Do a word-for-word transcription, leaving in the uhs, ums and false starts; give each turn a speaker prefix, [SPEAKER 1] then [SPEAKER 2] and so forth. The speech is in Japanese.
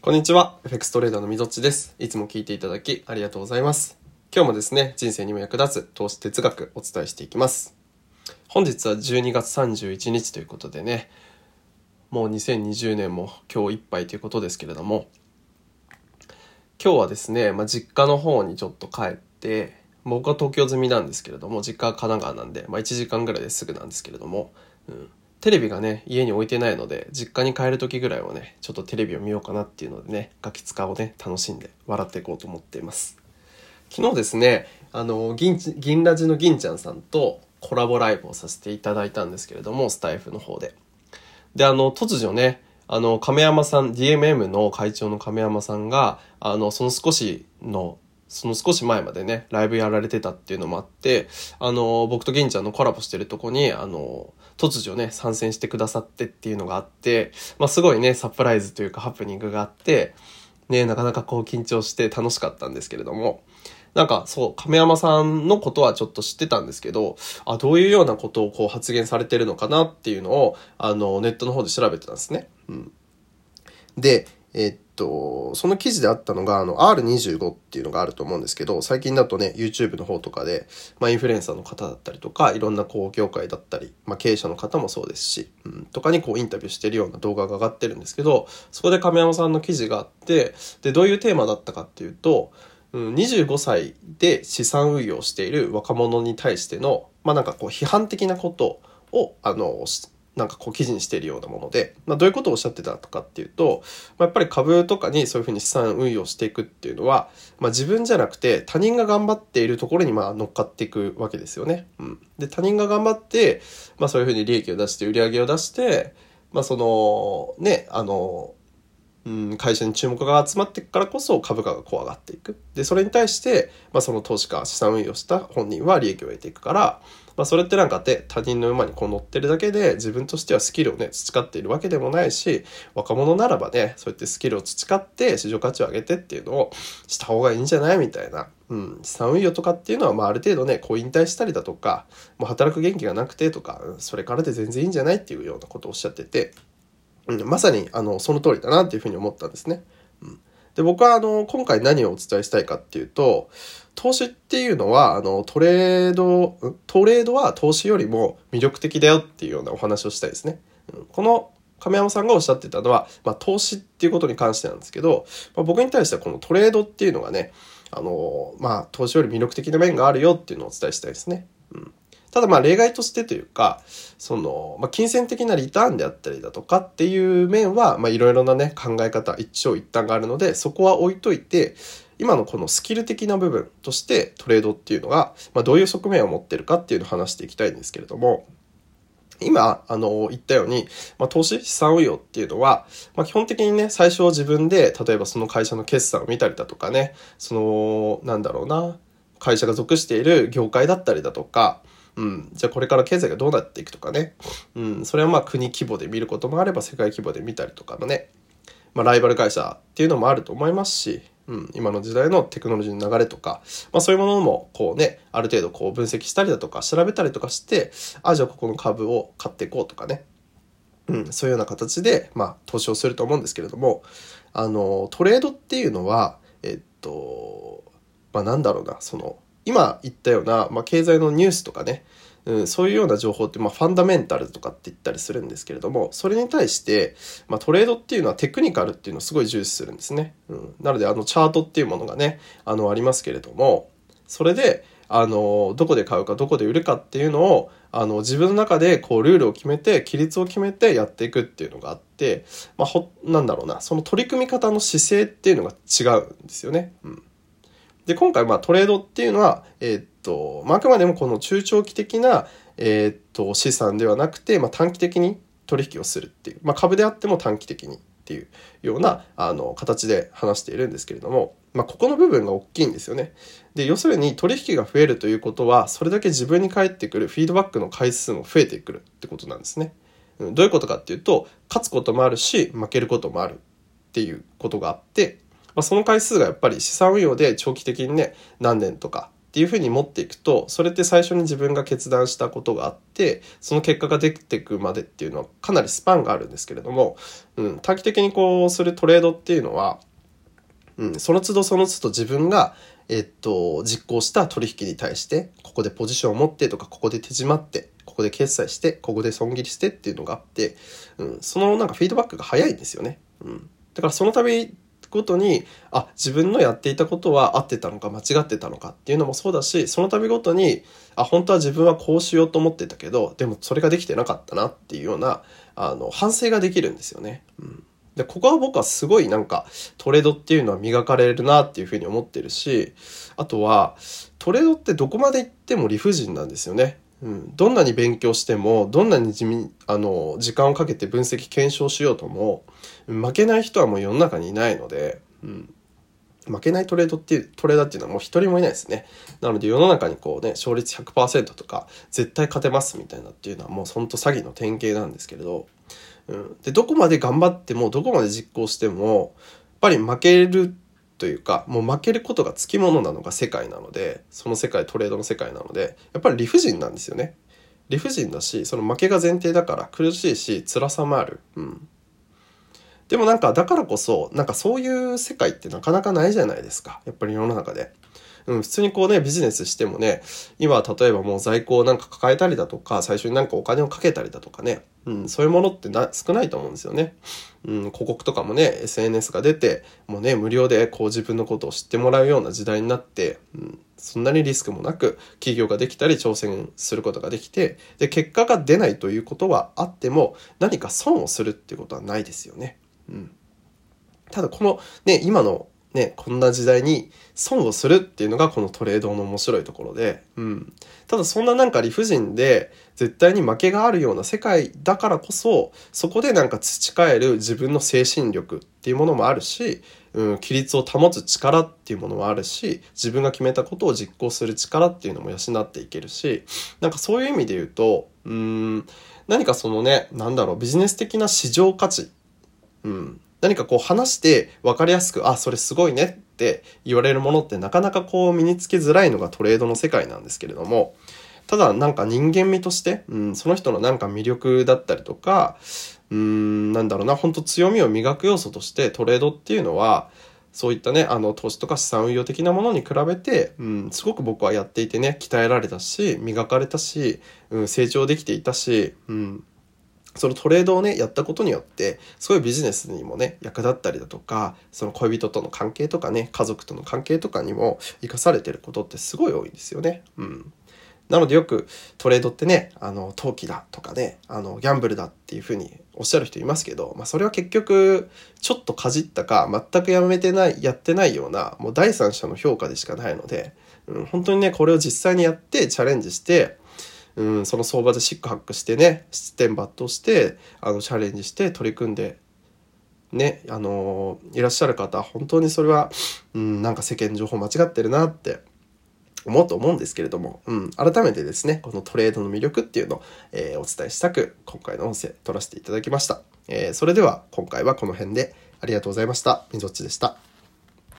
[SPEAKER 1] こんにちは。エフエックス トレーダーのみぞっちです。いつも聞いていただきありがとうございます。今日もですね、人生にも役立つ投資哲学お伝えしていきます。本日はじゅうにがつさんじゅういちにちということでね、もうにせんにじゅうねんも今日いっぱいということですけれども、今日はですね、まあ、実家の方にちょっと帰って、僕は東京済みなんですけれども、実家は神奈川なんで、まあ、いちじかんぐらいですぐなんですけれども、うんテレビがね、家に置いてないので、実家に帰る時ぐらいはね、ちょっとテレビを見ようかなっていうのでね、ガキ使をね、楽しんで笑っていこうと思っています。昨日ですね、あの、銀、銀ラジの銀ちゃんさんとコラボライブをさせていただいたんですけれども、スタイフの方で。で、あの、突如ね、あの、亀山さん、ディーエムエム の会長の亀山さんが、あの、その少しの、その少し前までね、ライブやられてたっていうのもあって、あの、僕と銀ちゃんのコラボしてるとこに、あの、突如ね、参戦してくださってっていうのがあって、まあ、すごいね、サプライズというかハプニングがあって、ね、なかなかこう緊張して楽しかったんですけれども、なんかそう、亀山さんのことはちょっと知ってたんですけど、あ、どういうようなことをこう発言されてるのかなっていうのを、あの、ネットの方で調べてたんですね。うん。で、えっと、その記事であったのが、あの、アールにじゅうご っていうのがあると思うんですけど、最近だとね、YouTube の方とかで、まあ、インフルエンサーの方だったりとか、いろんなこう、業界だったり、まあ、経営者の方もそうですし、うん、とかにこう、インタビューしてるような動画が上がってるんですけど、そこで亀山さんの記事があって、で、どういうテーマだったかっていうと、うん、にじゅうごさいで資産運用をしている若者に対しての、まあ、なんかこう、批判的なことを、あの、なんかこう記事にしているようなもので、まあ、どういうことをおっしゃってたとかっていうと、まあ、やっぱり株とかにそういうふうに資産運用していくっていうのは、まあ、自分じゃなくて他人が頑張っているところにまあ乗っかっていくわけですよね。うん、で他人が頑張って、まあ、そういうふうに利益を出して売り上げを出して、まあ、そのねあのうん、会社に注目が集まっていくからこそ株価がこう上がっていく。で、それに対して、まあ、その投資家、資産運用した本人は利益を得ていくから、まあ、それってなんかって他人の馬にこう乗ってるだけで自分としてはスキルをね、培っているわけでもないし、若者ならばね、そうやってスキルを培って市場価値を上げてっていうのをした方がいいんじゃないみたいな。うん、資産運用とかっていうのは、まあ、ある程度ね、こう引退したりだとか、もう働く元気がなくてとか、それからで全然いいんじゃないっていうようなことをおっしゃってて、うん、まさにあのその通りだなっていうふうに思ったんですね。うん、で僕はあの今回何をお伝えしたいかっていうと、投資っていうのはあのトレードトレードは投資よりも魅力的だよっていうようなお話をしたいですね。うん、この亀山さんがおっしゃってたのは、まあ、投資っていうことに関してなんですけど、まあ、僕に対してはこのトレードっていうのがね、あのまあ投資より魅力的な面があるよっていうのをお伝えしたいですね。うんただまあ例外としてというか、その、まあ、金銭的なリターンであったりだとかっていう面は、まあいろいろなね、考え方、一長一短があるので、そこは置いといて、今のこのスキル的な部分としてトレードっていうのが、まあどういう側面を持ってるかっていうのを話していきたいんですけれども、今、あの、言ったように、まあ、投資、資産運用っていうのは、まあ、基本的にね、最初自分で、例えばその会社の決算を見たりだとかね、その、なんだろうな、会社が属している業界だったりだとか、うん、じゃあこれから経済がどうなっていくとかね、うん、それはまあ国規模で見ることもあれば世界規模で見たりとかのね、まあ、ライバル会社っていうのもあると思いますし、うん、今の時代のテクノロジーの流れとか、まあ、そういうものもこうね、ある程度こう分析したりだとか調べたりとかして、あ、じゃあここの株を買っていこうとかね、うん、そういうような形で、まあ、投資をすると思うんですけれども、あの、トレードっていうのは、えっと、まあ、なんだろうな、その、今言ったような、まあ、経済のニュースとかね、うん、そういうような情報って、まあ、ファンダメンタルとかって言ったりするんですけれども、それに対して、まあ、トレードっていうのはテクニカルっていうのをすごい重視するんですね。うん、なので、あの、チャートっていうものがね、あの、ありますけれども、それで、あの、どこで買うか、どこで売るかっていうのを、あの、自分の中で、こう、ルールを決めて、規律を決めてやっていくっていうのがあって、まあ、ほ、なんだろうな、その取り組み方の姿勢っていうのが違うんですよね。うん。で、今回、まあ、トレードっていうのは、えーっと、まあ、あくまでもこの中長期的な、えーっと、資産ではなくて、まあ、短期的に取引をするっていう、まあ、株であっても短期的にっていうような、あの、形で話しているんですけれども、まあ、ここの部分が大きいんですよね。で、要するに取引が増えるということは、それだけ自分に返ってくるフィードバックの回数も増えてくるってことなんですね。うん、どういうことかっていうと、勝つこともあるし、負けることもあるっていうことがあって、まあ、その回数がやっぱり資産運用で長期的にね、何年とかっていうふうに持っていくと、それって最初に自分が決断したことがあって、その結果が出てくまでっていうのはかなりスパンがあるんですけれども、うん、短期的にこうするトレードっていうのは、うん、その都度その都度自分が、えっと、実行した取引に対して、ここでポジションを持ってとか、ここで手締まって、ここで決済して、ここで損切りしてっていうのがあって、うん、そのなんかフィードバックが早いんですよね。うん、だからその度ごとに、あ、自分のやっていたことは合ってたのか間違ってたのかっていうのもそうだし、その度ごとに、あ、本当は自分はこうしようと思ってたけど、でもそれができてなかったなっていうような、あの、反省ができるんですよね。うん、で、ここは僕はすごいなんかトレードっていうのは磨かれるなっていうふうに思ってるし、あとはトレードってどこまで行っても理不尽なんですよね。うん、どんなに勉強しても、どんなに地味あの時間をかけて分析検証しようとも、負けない人はもう世の中にいないので、うん、負けないトレードっていうトレーダーっていうのはもう一人もいないですね。なので世の中にこうね、勝率 ひゃくパーセント とか絶対勝てますみたいなっていうのはもう本当詐欺の典型なんですけれど、うん、でどこまで頑張ってもどこまで実行してもやっぱり負けるというか、もう負けることがつきものなのが世界なので、その世界トレードの世界なので、やっぱり理不尽なんですよね。理不尽だし、その負けが前提だから苦しいし辛さもある。うん。でもなんかだからこそ、なんかそういう世界ってなかなかないじゃないですか。やっぱり世の中で。うん、普通にこうね、ビジネスしてもね、今は例えばもう在庫をなんか抱えたりだとか、最初になんかお金をかけたりだとかね、うん、そういうものってな少ないと思うんですよね。うん、広告とかもね、エスエヌエス が出て、もうね、無料でこう自分のことを知ってもらうような時代になって、うん、そんなにリスクもなく起業ができたり挑戦することができて、で、結果が出ないということはあっても、何か損をするっていうことはないですよね。うん、ただこのね、今のね、こんな時代に損をするっていうのがこのトレードの面白いところで、うん。ただそんななんか理不尽で絶対に負けがあるような世界だからこそ、そこでなんか培える自分の精神力っていうものもあるし、うん、規律を保つ力っていうものもあるし、自分が決めたことを実行する力っていうのも養っていけるし、なんかそういう意味で言うと、うーん、何かそのね、なんだろう、ビジネス的な市場価値、うん、何かこう話して分かりやすく、あ、それすごいねって言われるものってなかなかこう身につけづらいのがトレードの世界なんですけれども、ただなんか人間味として、うん、その人のなんか魅力だったりとか、うーん、なんだろうな、本当強みを磨く要素としてトレードっていうのは、そういったね、あの投資とか資産運用的なものに比べて、うん、すごく僕はやっていてね、鍛えられたし、磨かれたし、うん、成長できていたし、うんそのトレードをね、やったことによって、すごいビジネスにもね、役立ったりだとか、その恋人との関係とかね、家族との関係とかにも生かされてることってすごい多いんですよね。うん。なのでよくトレードってね、あの、投機だとかね、あの、ギャンブルだっていうふうにおっしゃる人いますけど、まあそれは結局、ちょっとかじったか、全くやめてない、やってないような、もう第三者の評価でしかないので、うん、本当にね、これを実際にやってチャレンジして、うん、その相場でシックハックしてね、七点抜刀して、あの、チャレンジして取り組んで、ね、あのーいらっしゃる方、本当にそれは、うん、なんか世間情報間違ってるなって思うと思うんですけれども、うん、改めてですね、このトレードの魅力っていうのを、えーお伝えしたく、今回の音声取らせていただきました。えーそれでは今回はこの辺でありがとうございました。みぞっちでした。